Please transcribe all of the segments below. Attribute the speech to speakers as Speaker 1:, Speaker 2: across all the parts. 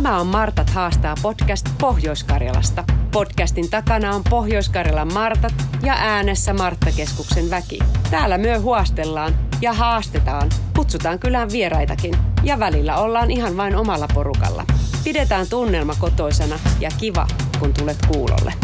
Speaker 1: Tämä on Martat haastaa podcast Pohjois-Karjalasta. Podcastin takana on Pohjois-Karjalan Martat ja äänessä Marttakeskuksen väki. Täällä myö huostellaan ja haastetaan, kutsutaan kylään vieraitakin ja välillä ollaan ihan vain omalla porukalla. Pidetään tunnelma kotoisana ja kiva, kun tulet kuulolle.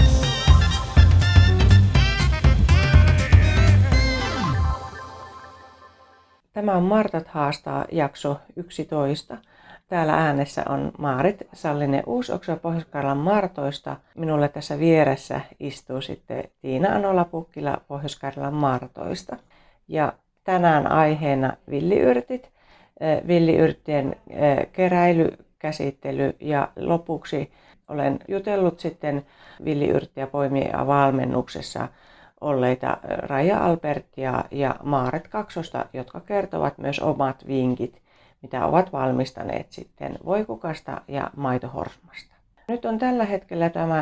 Speaker 2: Tämä on Martat haastaa jakso 11. Täällä äänessä on Maarit Sallinen Uusoksa Pohjois-Karjalan Martoista. Minulle tässä vieressä istuu sitten Tiina Anola-Pukkila Pohjois-Karjalan Martoista. Ja tänään aiheena villiyrtit, villiyrttien keräily, käsittely ja lopuksi olen jutellut sitten villiyrttiä poimia valmennuksessa olleita Raija Albertia ja Maaret Kaksosta, jotka kertovat myös omat vinkit, mitä ovat valmistaneet sitten voikukasta ja maitohorsmasta. Nyt on tällä hetkellä tämä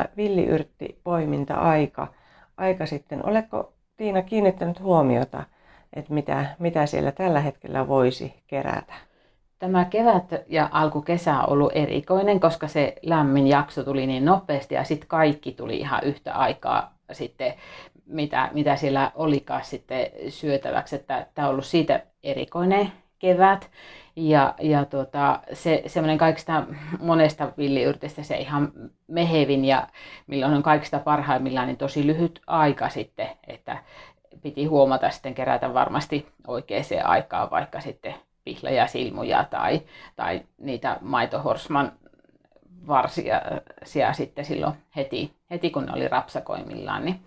Speaker 2: villiyrtti-poiminta-aika sitten. Oletko, Tiina, kiinnittänyt huomiota, että mitä siellä tällä hetkellä voisi kerätä?
Speaker 3: Tämä kevät ja alkukesä on ollut erikoinen, koska se lämmin jakso tuli niin nopeasti ja sitten kaikki tuli ihan yhtä aikaa sitten, mitä siellä olikaan sitten syötäväksi. Että tämä on ollut siitä erikoinen kevät ja se semmoinen kaikista monesta villiyrtistä se ihan mehevin ja milloin on kaikista parhaimmillaan niin tosi lyhyt aika sitten, että piti huomata sitten kerätä varmasti oikeaan aikaan vaikka sitten pihla ja silmuja tai niitä maitohorsman varsia sitten silloin heti kun ne oli rapsakoimillaan. Niin.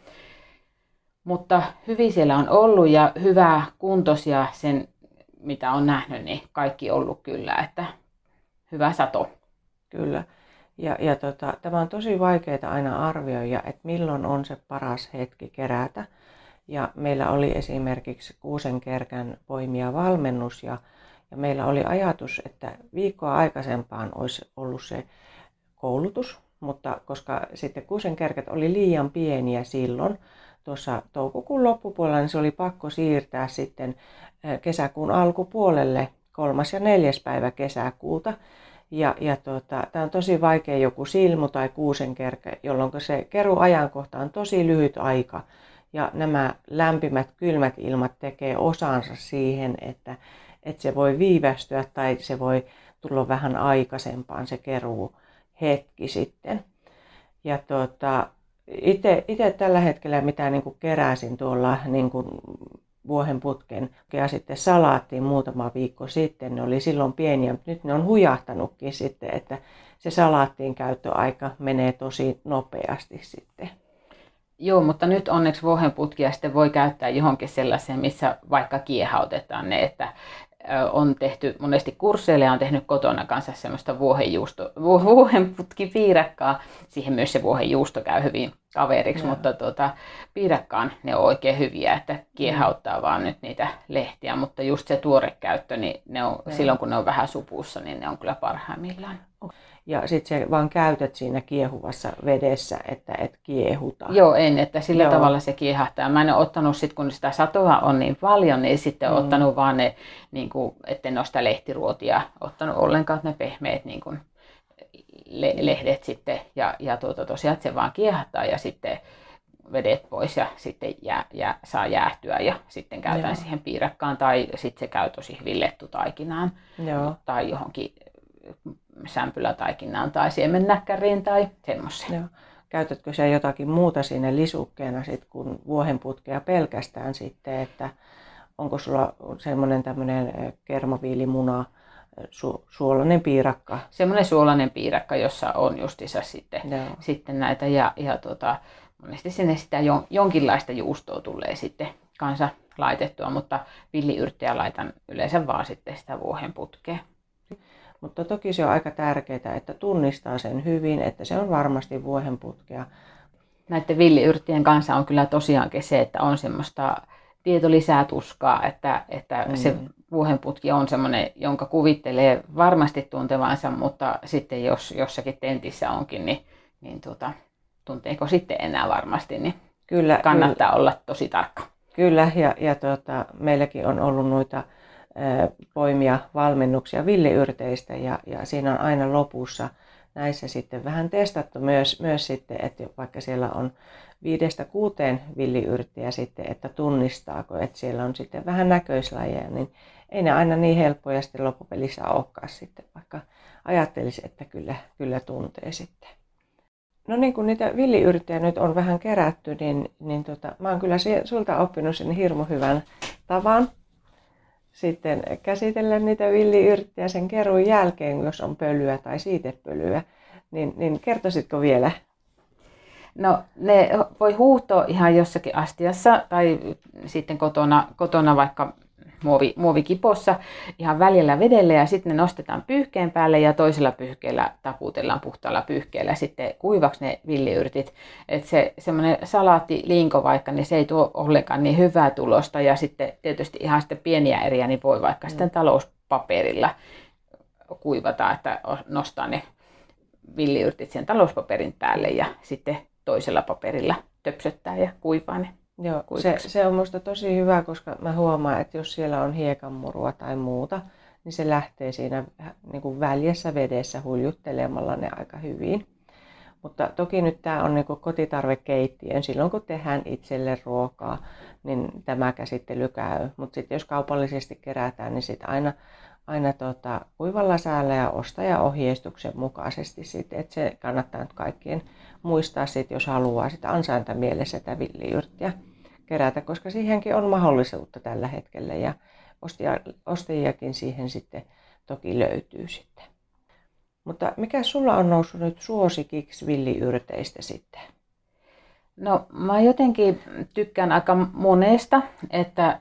Speaker 3: Mutta hyvin siellä on ollut ja hyvä kuntoisia sen mitä on nähnyt, niin kaikki ollut kyllä, että hyvä sato.
Speaker 2: Kyllä. Ja tämä on tosi vaikeaa aina arvioida, että milloin on se paras hetki kerätä. Ja meillä oli esimerkiksi Kuusenkerkän poimia valmennus ja meillä oli ajatus, että viikkoa aikaisempaan olisi ollut se koulutus, mutta koska sitten Kuusenkerkät oli liian pieniä silloin, tuossa toukokuun loppupuolella, niin se oli pakko siirtää sitten kesäkuun alkupuolelle 3. ja 4. päivä kesäkuuta. Tämä on tosi vaikea joku silmu tai kuusenkerkä, jolloin se keruajankohta on tosi lyhyt aika. Ja nämä lämpimät, kylmät ilmat tekee osansa siihen, että se voi viivästyä tai se voi tulla vähän aikaisempaan se keruu hetki sitten. Ja itse tällä hetkellä mitä niin kuin keräsin tuolla niin kuin vuohenputken ja sitten salaattiin muutama viikko sitten, ne oli silloin pieniä, mutta nyt ne on hujahtanutkin sitten, että se salaattiin käyttöaika menee tosi nopeasti sitten.
Speaker 3: Joo, mutta nyt onneksi vuohenputkia sitten voi käyttää johonkin sellaiseen, missä vaikka kiehautetaan ne, että on tehty monesti kursseille ja on tehnyt kotona kanssa semmoista vuohenputkipiirakkaa. Siihen myös se vuohenjuusto käy hyvin kaveriksi, mutta piirakkaan ne on oikein hyviä, että kiehauttaa vaan nyt niitä lehtiä. Mutta just se tuorekäyttö, niin ne on, silloin kun ne on vähän supussa, niin ne on kyllä parhaimmillaan.
Speaker 2: Ja sitten se vaan käytät siinä kiehuvassa vedessä, että et kiehuta.
Speaker 3: Joo, että sillä tavalla se kiehahtaa. Mä en ole ottanut, kun sitä satoa on niin paljon, niin sitten ottanut vaan ne, niin kuin, etten ole sitä lehtiruotia ottanut ollenkaan, ne pehmeät niin kuin, lehdet sitten. Ja tosiaan, että se vaan kiehahtaa ja sitten vedet pois ja sitten saa jäähtyä ja sitten käytän siihen piirakkaan tai sitten se käy tosi hyvin lettutaikinaan tai johonkin sämpylätaikinaan tai siemennäkkäriin tai semmoiseen.
Speaker 2: Käytätkö sä jotakin muuta siinä lisukkeena sit kuin vuohenputkea pelkästään sitten, että onko sulla semmoinen tämmöinen kermaviilimuna, suolainen piirakka?
Speaker 3: Semmoinen suolainen piirakka, jossa on justiinsa sitten näitä ja monesti sinne sitä jonkinlaista juustoa tulee sitten kanssa laitettua, mutta villiyrttejä laitan yleensä vaan sitten sitä vuohenputkea.
Speaker 2: Mutta toki se on aika tärkeää, että tunnistaa sen hyvin, että se on varmasti vuohenputkea.
Speaker 3: Näiden villiyrttien kanssa on kyllä tosiaankin se, että on semmoista tieto lisää tuskaa, että se vuohenputki on semmoinen, jonka kuvittelee varmasti tuntevansa, mutta sitten jos jossakin tentissä onkin, niin tunteeko sitten enää varmasti, niin kannattaa olla tosi tarkka.
Speaker 2: Kyllä, ja meilläkin on ollut noita poimia valmennuksia villiyrteistä ja siinä on aina lopussa näissä sitten vähän testattu myös sitten, että vaikka siellä on 5-6 villiyrttiä sitten, että tunnistaako, että siellä on sitten vähän näköislajeja, niin ei ne aina niin helppoja sitten loppupelissä olekaan sitten, vaikka ajattelisi, että kyllä tuntee sitten. No niin, kun niitä villiyrttejä nyt on vähän kerätty, niin mä oon kyllä sulta oppinut sen hirmu hyvän tavan sitten käsitellä niitä villiyrttejä sen keruun jälkeen, jos on pölyä tai siitepölyä. Niin kertoisitko vielä?
Speaker 3: No ne voi huuhtoa ihan jossakin astiassa tai sitten kotona vaikka muovikipossa ihan väljällä vedellä ja sitten ne nostetaan pyyhkeen päälle ja toisella pyyhkeellä taputellaan puhtaalla pyyhkeellä sitten kuivaksi ne villiyrtit. Että se semmoinen salaattilinko vaikka, niin se ei tuo ollenkaan niin hyvää tulosta ja sitten tietysti ihan sitten pieniä eriä niin voi vaikka sitten talouspaperilla kuivata, että nostaa ne villiyrtit sen talouspaperin päälle ja sitten toisella paperilla töpsöttää ja kuivaa ne.
Speaker 2: Joo, se on minusta tosi hyvä, koska mä huomaan, että jos siellä on hiekanmurua tai muuta, niin se lähtee siinä niin kuin väljässä vedessä huljuttelemalla ne aika hyvin. Mutta toki nyt tämä on niin kuin kotitarvekeittiön, silloin kun tehdään itselle ruokaa, niin tämä käsittely käy. Mutta sitten jos kaupallisesti kerätään, niin sitten aina kuivalla säällä ja ostajaohjeistuksen mukaisesti, että se kannattaa nyt kaikkien muistaa, sit, jos haluaa sitä ansaintamielessä sitä villiyrttiä kerätä, koska siihenkin on mahdollisuutta tällä hetkellä ja ostajiakin siihen sitten toki löytyy sitten. Mutta mikä sulla on noussut nyt suosikiksi villiyrteistä sitten?
Speaker 3: No mä jotenkin tykkään aika monesta, että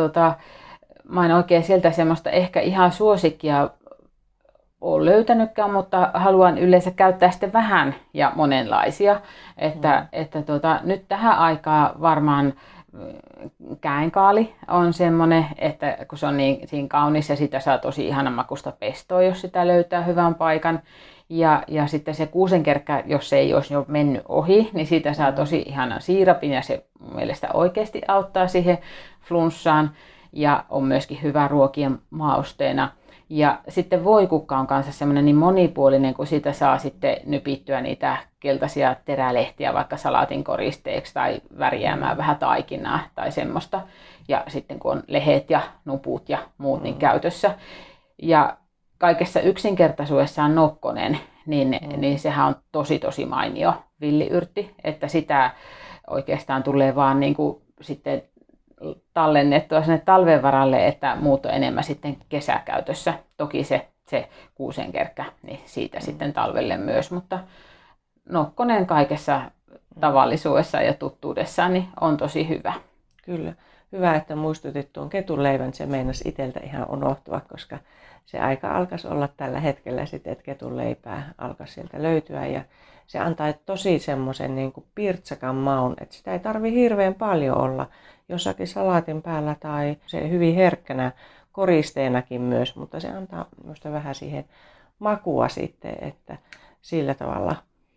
Speaker 3: mä en oikein sieltä semmoista ehkä ihan suosikkia ole löytänytkään, mutta haluan yleensä käyttää sitten vähän ja monenlaisia. Että nyt tähän aikaan varmaan käenkaali on semmoinen, että kun se on niin kaunis ja sitä saa tosi ihanan makusta pestoa, jos sitä löytää hyvän paikan. Ja sitten se kuusenkerkkä, jos se ei olisi jo mennyt ohi, niin siitä saa tosi ihanan siirapin ja se mun mielestä oikeasti auttaa siihen flunssaan ja on myöskin hyvä ruokien mausteena. Ja sitten voikukka on kanssa semmoinen niin monipuolinen, kun siitä saa sitten nypittyä niitä keltaisia terälehtiä vaikka salaatin koristeeksi tai värjäämään vähän taikinaa tai semmoista. Ja sitten kun on lehet ja nuput ja muut niin käytössä. Ja kaikessa yksinkertaisuudessaan nokkonen, niin sehän on tosi mainio villiyrtti, että sitä oikeastaan tulee vaan niin kuin sitten tallennettua sinne talven varalle, että muut on enemmän sitten kesäkäytössä. Toki se kuusenkerkkä, niin siitä sitten talvelle myös, mutta nokkonen kaikessa tavallisuudessa ja tuttuudessaan niin on tosi hyvä.
Speaker 2: Kyllä. Hyvä, että muistutit tuon ketunleivän. Se meinasi itseltä ihan unohtua, koska se aika alkaisi olla tällä hetkellä sitten, että ketunleipää alkaisi sieltä löytyä. Ja se antaa tosi semmoisen niin kuin pirtsakan maun, että sitä ei tarvitse hirveän paljon olla jossakin salaatin päällä tai se hyvin herkkänä koristeenakin myös, mutta se antaa minusta vähän siihen makua sitten, että sillä tavalla.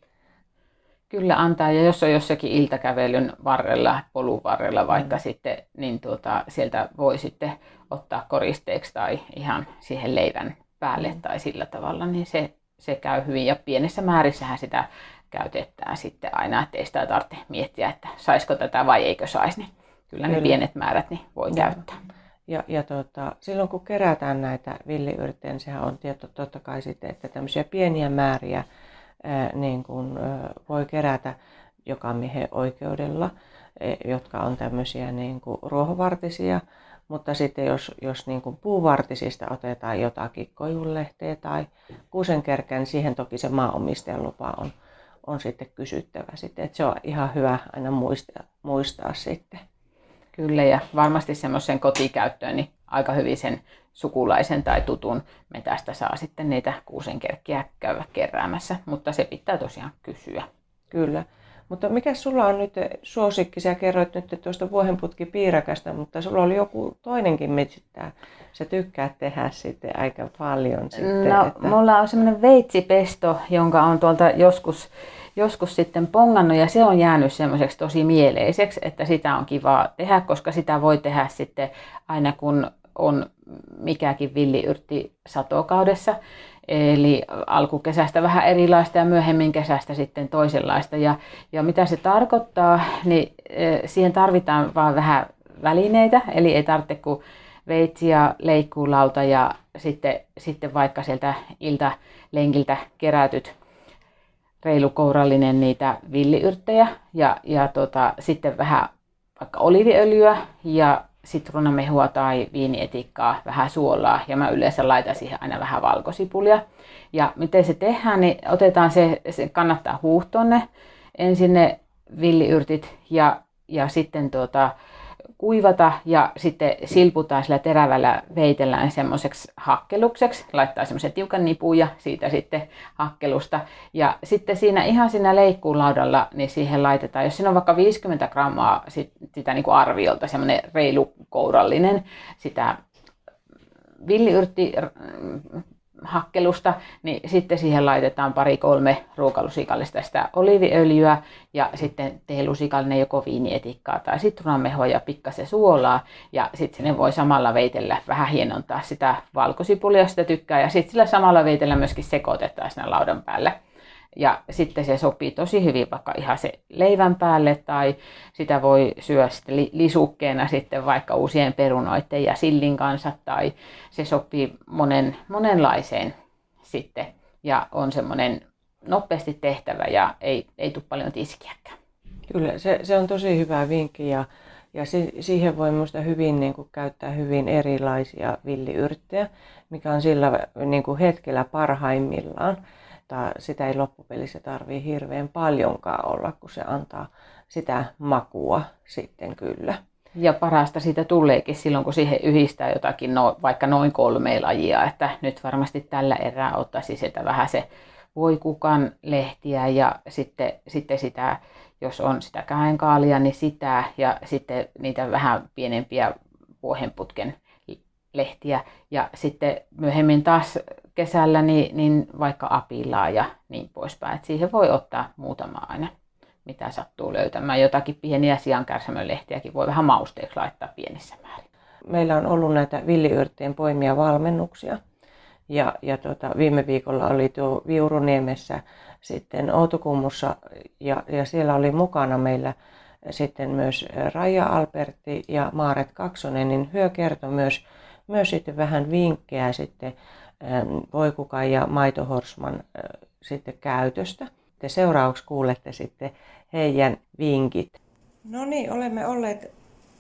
Speaker 3: Kyllä antaa, ja jos on jossakin iltakävelyn varrella, polun varrella vaikka sitten, niin sieltä voi sitten ottaa koristeeksi tai ihan siihen leivän päälle tai sillä tavalla, niin se käy hyvin. Ja pienessä määrissähän sitä käytetään sitten aina, ettei sitä tarvitse miettiä, että saisiko tätä vai eikö saisi, niin kyllä ne pienet määrät niin voi käyttää.
Speaker 2: Ja silloin kun kerätään näitä villiyrttejä, niin sehän on totta kai sitten, että tämmöisiä pieniä määriä niin kuin voi kerätä jokamiehen oikeudella, jotka on tämmöisiä niin kuin ruohovartisia, mutta sitten jos niin kuin puuvartisista otetaan jotakin koivunlehteä tai kuusenkerkää, niin siihen toki se maanomistajan lupa on sitten kysyttävä sitten, että se on ihan hyvä aina muistaa sitten.
Speaker 3: Kyllä, ja varmasti semmoisen kotikäyttöön niin aika hyvin sen sukulaisen tai tutun metästä saa sitten niitä kuusenkerkkiä käydä keräämässä, mutta se pitää tosiaan kysyä.
Speaker 2: Kyllä, mutta mikä sulla on nyt suosikki? Sä kerroit nyt tuosta vuohenputkipiirakasta, mutta sulla oli joku toinenkin, mitä sä tykkäät tehdä sitten aika paljon. Sitten,
Speaker 3: no, mulla on semmoinen veitsipesto, jonka on tuolta joskus sitten pongannut ja se on jäänyt semmoiseksi tosi mieleiseksi, että sitä on kiva tehdä, koska sitä voi tehdä sitten aina kun on mikäkin villiyrtti satokaudessa. Eli alkukesästä vähän erilaista ja myöhemmin kesästä sitten toisenlaista. Ja mitä se tarkoittaa, niin siihen tarvitaan vaan vähän välineitä, eli ei tarvitse kuin veitsi ja leikkuulauta ja sitten vaikka sieltä iltalenkiltä kerätyt reilukourallinen niitä villiyrttejä ja sitten vähän vaikka oliiviöljyä ja sitruunamehua tai viinietikkaa, vähän suolaa ja mä yleensä laitan siihen aina vähän valkosipulia. Ja miten se tehdään, niin otetaan se kannattaa huuhtoa ne ensin ne villiyrtit ja sitten kuivata ja sitten silputaan sillä terävällä veitellään semmoiseksi hakkelukseksi, laittaa semmoisen tiukan nipun ja siitä sitten hakkelusta. Ja sitten siinä leikkuulaudalla, niin siihen laitetaan, jos siinä on vaikka 50 grammaa sitä niin kuin arviolta, semmoinen reilukourallinen sitä villiyrttihakkelusta, niin sitten siihen laitetaan 2-3 ruokalusikallista sitä oliiviöljyä ja sitten teelusikallinen joko viinietikkaa tai sitruunamehua ja pikkasen suolaa. Ja sitten sinne voi samalla veitellä vähän hienontaa sitä valkosipulia, jos sitä tykkää. Ja sitten sillä samalla veitellä myöskin sekoitetaan siinä laudan päälle. Ja sitten se sopii tosi hyvin vaikka ihan se leivän päälle tai sitä voi syödä sitten lisukkeena sitten vaikka uusien perunoiden ja sillin kanssa tai se sopii monenlaiseen sitten ja on semmoinen nopeasti tehtävä ja ei tule paljon tiskiäkään.
Speaker 2: Kyllä, se on tosi hyvä vinkki ja siihen voi minusta hyvin niin kuin, käyttää hyvin erilaisia villiyrttejä, mikä on sillä niin kuin, hetkellä parhaimmillaan. Sitä ei loppupelissä tarvitse hirveän paljonkaan olla, kun se antaa sitä makua sitten kyllä.
Speaker 3: Ja parasta siitä tuleekin silloin, kun siihen yhdistää jotakin vaikka noin 3 lajia. Että nyt varmasti tällä erää ottaisi sitä vähän se voikukan lehtiä ja sitten sitä, jos on sitä käenkaalia, niin sitä ja sitten niitä vähän pienempiä vuohenputken lehtiä ja sitten myöhemmin taas kesällä niin vaikka apilaa ja niin poispäin. Et siihen voi ottaa muutama aina, mitä sattuu löytämään. Jotakin pieniä siankärsämölehtiäkin voi vähän mausteeksi laittaa pienissä määrin.
Speaker 2: Meillä on ollut näitä villiyrttien poimia valmennuksia ja viime viikolla oli tuo Viuruniemessä sitten Outokummussa ja siellä oli mukana meillä sitten myös Raija Alberti ja Maaret Kaksonen, niin he kertoi myös sitten vähän vinkkejä sitten voikukan ja maitohorsman sitten käytöstä. Te seuraavaksi kuulette sitten heidän vinkit. No niin, olemme olleet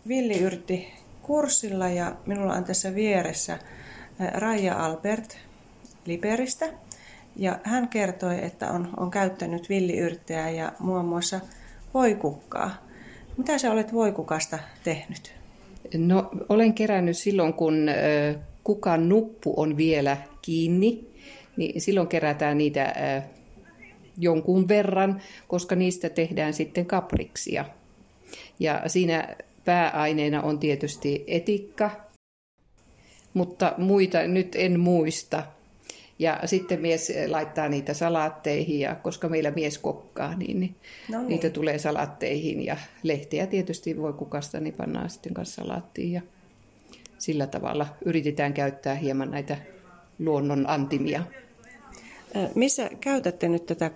Speaker 2: villiyrttikurssilla ja minulla on tässä vieressä Raija Albert Liperistä. Ja hän kertoi, että on käyttänyt villiyrttejä ja muun muassa voikukkaa. Mitä sä olet voikukasta tehnyt?
Speaker 4: No, olen kerännyt silloin, kun kukan nuppu on vielä kiinni, niin silloin kerätään niitä jonkun verran, koska niistä tehdään sitten kapriksia. Ja siinä pääaineena on tietysti etikka, mutta muita nyt en muista. Ja sitten mies laittaa niitä salaatteihin, ja koska meillä mies kokkaa, niin niitä tulee salaatteihin. Ja lehteä tietysti voi kukasta, niin pannaan sitten kanssa salaattiin. Ja sillä tavalla yritetään käyttää hieman näitä luonnon antimia.
Speaker 2: Missä käytätte nyt tätä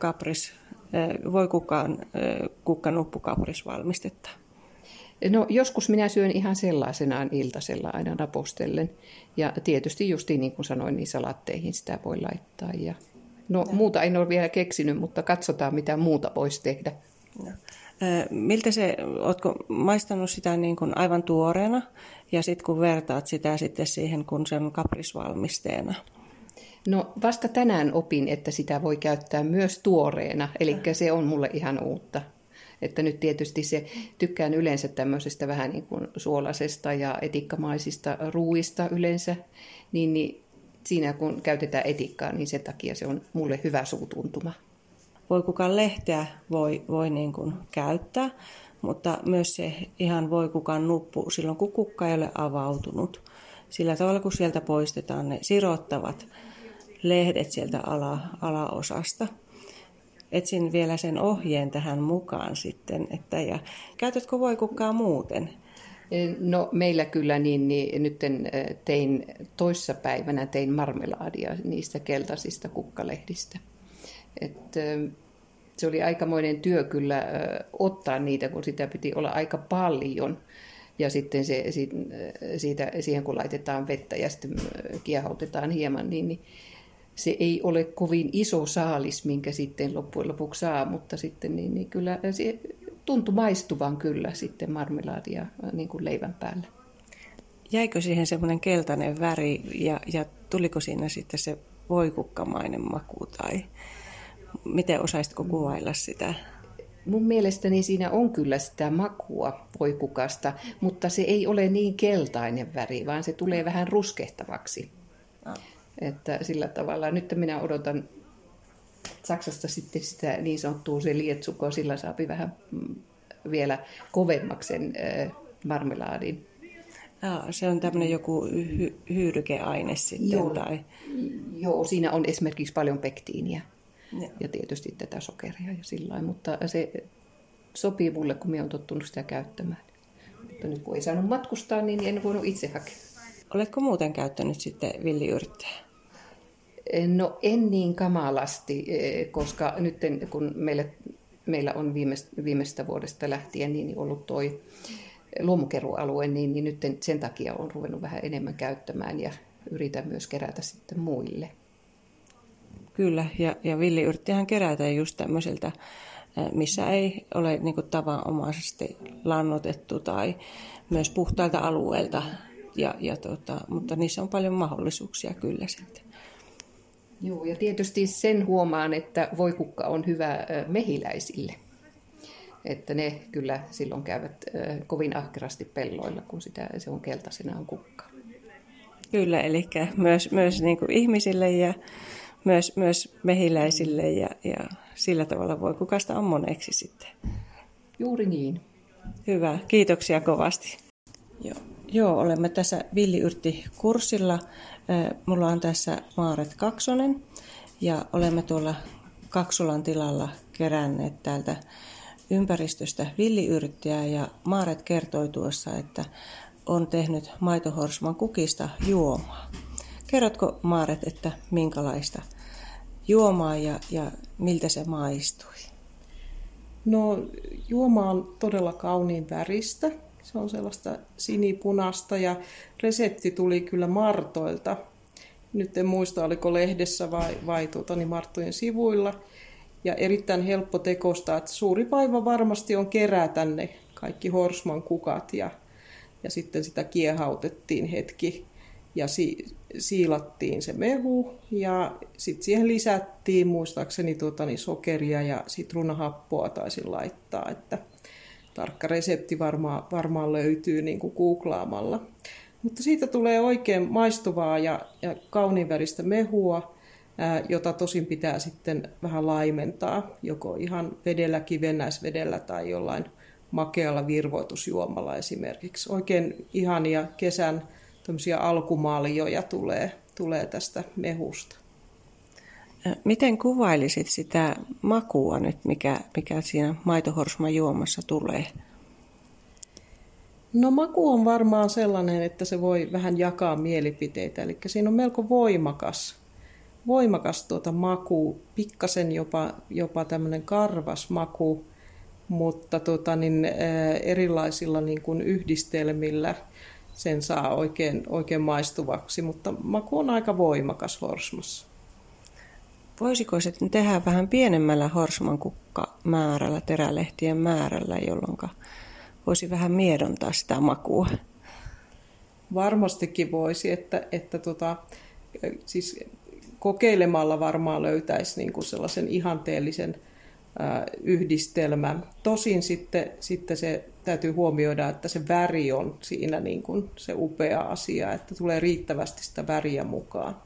Speaker 2: kukkanuppukaprisvalmistetta?
Speaker 4: No joskus minä syön ihan sellaisenaan iltasella aina napostellen. Ja tietysti justiin niin kuin sanoin, niin salaatteihin sitä voi laittaa. Ja muuta en ole vielä keksinyt, mutta katsotaan mitä muuta voisi tehdä.
Speaker 2: No. Miltä ootko maistanut sitä niin kuin aivan tuoreena ja sitten kun vertaat sitä sitten siihen, kun se on kaprisvalmisteena?
Speaker 4: No vasta tänään opin, että sitä voi käyttää myös tuoreena, eli se on mulle ihan uutta. Että nyt tietysti tykkään yleensä tämmöisestä vähän niin kuin suolasesta ja etikkamaisista ruuista yleensä, niin siinä kun käytetään etikkaa, niin sen takia se on mulle hyvä suutuntuma.
Speaker 2: Voikukan lehteä voi niin kuin käyttää, mutta myös se ihan voikukan nuppu silloin, kun kukka ei ole avautunut. Sillä tavalla, kun sieltä poistetaan ne sirottavat lehdet sieltä alaosasta. Etsin vielä sen ohjeen tähän mukaan sitten, ja käytätkö voikukkaa muuten
Speaker 4: No meillä kyllä niin nyt toissapäivänä tein marmelaadia niistä keltaisista kukkalehdistä. Se oli aikamoinen työ kyllä ottaa niitä, kun sitä piti olla aika paljon. Ja sitten siihen kun laitetaan vettä ja sitten kiehautetaan hieman, niin se ei ole kovin iso saalis, minkä sitten loppujen lopuksi saa, mutta sitten niin kyllä se tuntui maistuvan kyllä sitten marmelaadia niin kuin leivän päällä.
Speaker 2: Jäikö siihen semmoinen keltainen väri ja tuliko siinä sitten se voikukkamainen maku tai miten osaisitko kuvailla sitä?
Speaker 4: Mun mielestäni siinä on kyllä sitä makua voikukasta, mutta se ei ole niin keltainen väri, vaan se tulee vähän ruskehtavaksi. Että sillä tavalla, nyt minä odotan Saksasta sitten sitä niin sanottua se lietsukoa, sillä saapi vähän vielä kovemmaksi sen marmelaadin.
Speaker 2: Se on tämmöinen joku hyyrykeaine sitten?
Speaker 4: Joo, siinä on esimerkiksi paljon pektiiniä ja tietysti tätä sokeria ja sillä lailla, mutta se sopii mulle, kun minä olen tottunut sitä käyttämään. Mutta nyt kun ei saanut matkustaa, niin en voinut itse hakea.
Speaker 2: Oletko muuten käyttänyt sitten villiyrttejä?
Speaker 4: No en niin kamalasti, koska nyt kun meillä on viimeistä vuodesta lähtien niin ollut toi luomukerualue, niin nyt sen takia olen ruvennut vähän enemmän käyttämään ja yritän myös kerätä sitten muille.
Speaker 2: Kyllä, ja villiyrttihän kerätään just tämmöiseltä, missä ei ole niin kuin tavanomaisesti lannoitettu tai myös puhtailta alueelta, mutta niissä on paljon mahdollisuuksia kyllä sitten.
Speaker 4: Joo, ja tietysti sen huomaan, että voikukka on hyvä mehiläisille. Että ne kyllä silloin käyvät kovin ahkerasti pelloilla, kun se on keltaisena on kukka.
Speaker 2: Kyllä, eli myös niin kuin ihmisille ja myös mehiläisille ja sillä tavalla voikukasta on moneksi sitten.
Speaker 4: Juuri niin.
Speaker 2: Hyvä, kiitoksia kovasti. Joo, olemme tässä villiyrttikurssilla. Mulla on tässä Maaret Kaksonen ja olemme tuolla Kaksulan tilalla keränneet täältä ympäristöstä villiyrttiä ja Maaret kertoi tuossa, että on tehnyt maitohorsman kukista juomaa. Kerrotko Maaret, että minkälaista juomaa ja miltä se maistui?
Speaker 5: No juoma on todella kauniin väristä. Se on sellaista sinipunasta ja resepti tuli kyllä Martoilta. Nyt en muista, oliko lehdessä vai Marttojen sivuilla. Ja erittäin helppo tekosta, että suuri vaiva varmasti on kerätä ne kaikki horsman kukat ja sitten sitä kiehautettiin hetki ja siilattiin se mehu ja sitten siihen lisättiin muistaakseni sokeria ja sitruunahappoa taisin laittaa, että tarkka resepti varmaan löytyy niin kuin googlaamalla. Mutta siitä tulee oikein maistuvaa ja kauniinväristä mehua, jota tosin pitää sitten vähän laimentaa, joko ihan vedellä, kivennäisvedellä tai jollain makealla virvoitusjuomalla esimerkiksi. Oikein ihania kesän alkumaljoja tulee tästä mehusta.
Speaker 2: Miten kuvailisit sitä makua nyt, mikä siinä maitohorsman juomassa tulee?
Speaker 5: No maku on varmaan sellainen, että se voi vähän jakaa mielipiteitä. Eli siinä on melko voimakas maku, pikkasen jopa tämmöinen karvas maku, mutta erilaisilla niin kuin yhdistelmillä sen saa oikein maistuvaksi, mutta maku on aika voimakas horsmassa.
Speaker 2: Voisiko se tehdä vähän pienemmällä horsman kukkamäärällä, terälehtien määrällä, jolloin voisi vähän miedontaa sitä makua?
Speaker 5: Varmastikin voisi, että siis kokeilemalla varmaan löytäisi niin kuin sellaisen ihanteellisen yhdistelmän. Tosin sitten se täytyy huomioida, että se väri on siinä niin kuin se upea asia, että tulee riittävästi sitä väriä mukaan.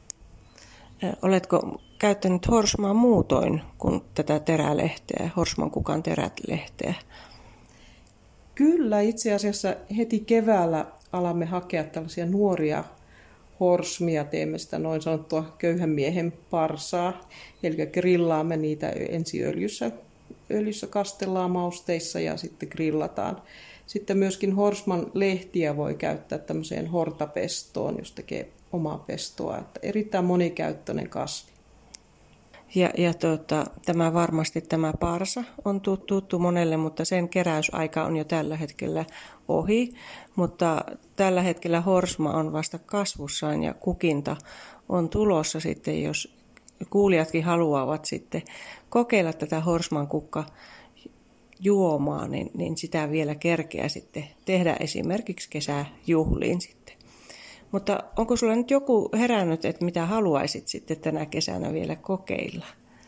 Speaker 2: Oletko käyttänyt horsmaa muutoin kuin tätä terälehteä, horsman kukan terälehteä?
Speaker 5: Kyllä, itse asiassa heti keväällä alamme hakea tällaisia nuoria horsmia, teemme sitä noin sanottua köyhän miehen parsaa, eli grillaamme niitä ensiöljyssä öljyssä kastellaan mausteissa ja sitten grillataan. Sitten myöskin horsman lehtiä voi käyttää tämmöiseen hortapestoon, jos tekee omaa pestoa. Että erittäin monikäyttöinen kasvi.
Speaker 2: Ja tämä parsa on tuttu monelle, mutta sen keräysaika on jo tällä hetkellä ohi. Mutta tällä hetkellä horsma on vasta kasvussaan ja kukinta on tulossa sitten, jos kuulijatkin haluavat sitten kokeilla tätä horsman kukka juomaa, niin sitä vielä kerkeää sitten tehdä esimerkiksi kesäjuhliin sitten. Mutta onko sulla nyt joku herännyt, että mitä haluaisit sitten tänä kesänä vielä kokeilla?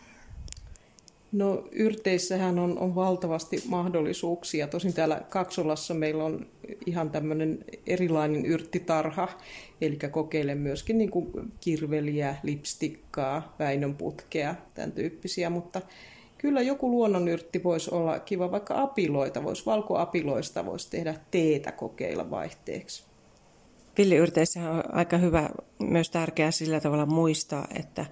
Speaker 5: No yrteissähän on valtavasti mahdollisuuksia. Tosin täällä Kaksolassa meillä on ihan tämmöinen erilainen yrttitarha. Eli kokeilen myöskin niin kuin kirveliä, lipstikkaa, väinönputkea, tämän tyyppisiä. Mutta kyllä joku luonnonyrtti voisi olla kiva, vaikka apiloita. Valkoapiloista voisi tehdä teetä kokeilla vaihteeksi.
Speaker 2: Villiyrteissä on aika hyvä, myös tärkeää sillä tavalla muistaa, että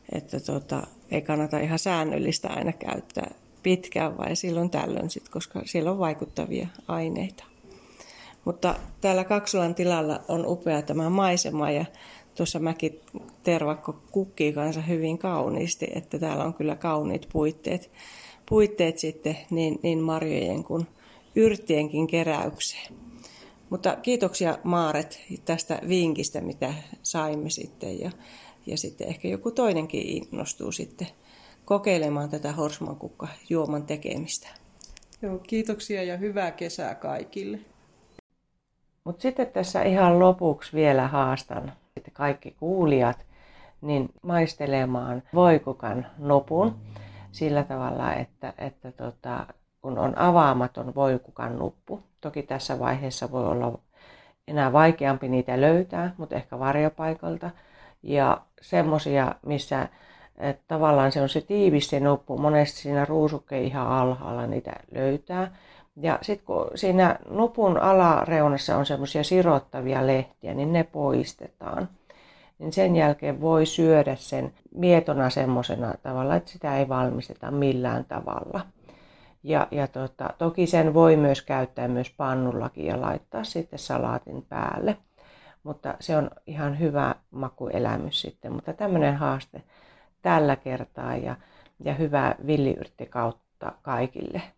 Speaker 2: ei kannata ihan säännöllistä aina käyttää pitkään vai silloin tällöin, koska siellä on vaikuttavia aineita. Mutta täällä Kaksolan tilalla on upea tämä maisema ja tuossa mäkitervakko kukkii kanssa hyvin kauniisti, että täällä on kyllä kauniit puitteet sitten niin marjojen kuin yrttienkin keräykseen. Mutta kiitoksia Maaret tästä vinkistä, mitä saimme sitten ja sitten ehkä joku toinenkin innostuu sitten kokeilemaan tätä horsmankukkajuoman tekemistä.
Speaker 5: Joo, kiitoksia ja hyvää kesää kaikille.
Speaker 2: Mutta sitten tässä ihan lopuksi vielä haastan sitten kaikki kuulijat niin maistelemaan voikukan nupun sillä tavalla, että kun on avaamaton voikukan nuppu. Toki tässä vaiheessa voi olla enää vaikeampi niitä löytää, mutta ehkä varjopaikalta. Ja semmoisia, missä tavallaan se on se tiivis se nuppu, monesti siinä ruusukkeen ihan alhaalla niitä löytää. Ja sitten kun siinä nupun alareunassa on semmoisia sirottavia lehtiä, niin ne poistetaan. Niin sen jälkeen voi syödä sen mietona semmoisena tavalla, että sitä ei valmisteta millään tavalla. Ja toki sen voi myös käyttää myös pannullakin ja laittaa sitten salaatin päälle. Mutta se on ihan hyvä makuelämys sitten. Mutta tämmöinen haaste tällä kertaa ja hyvää villiyrttikautta kaikille.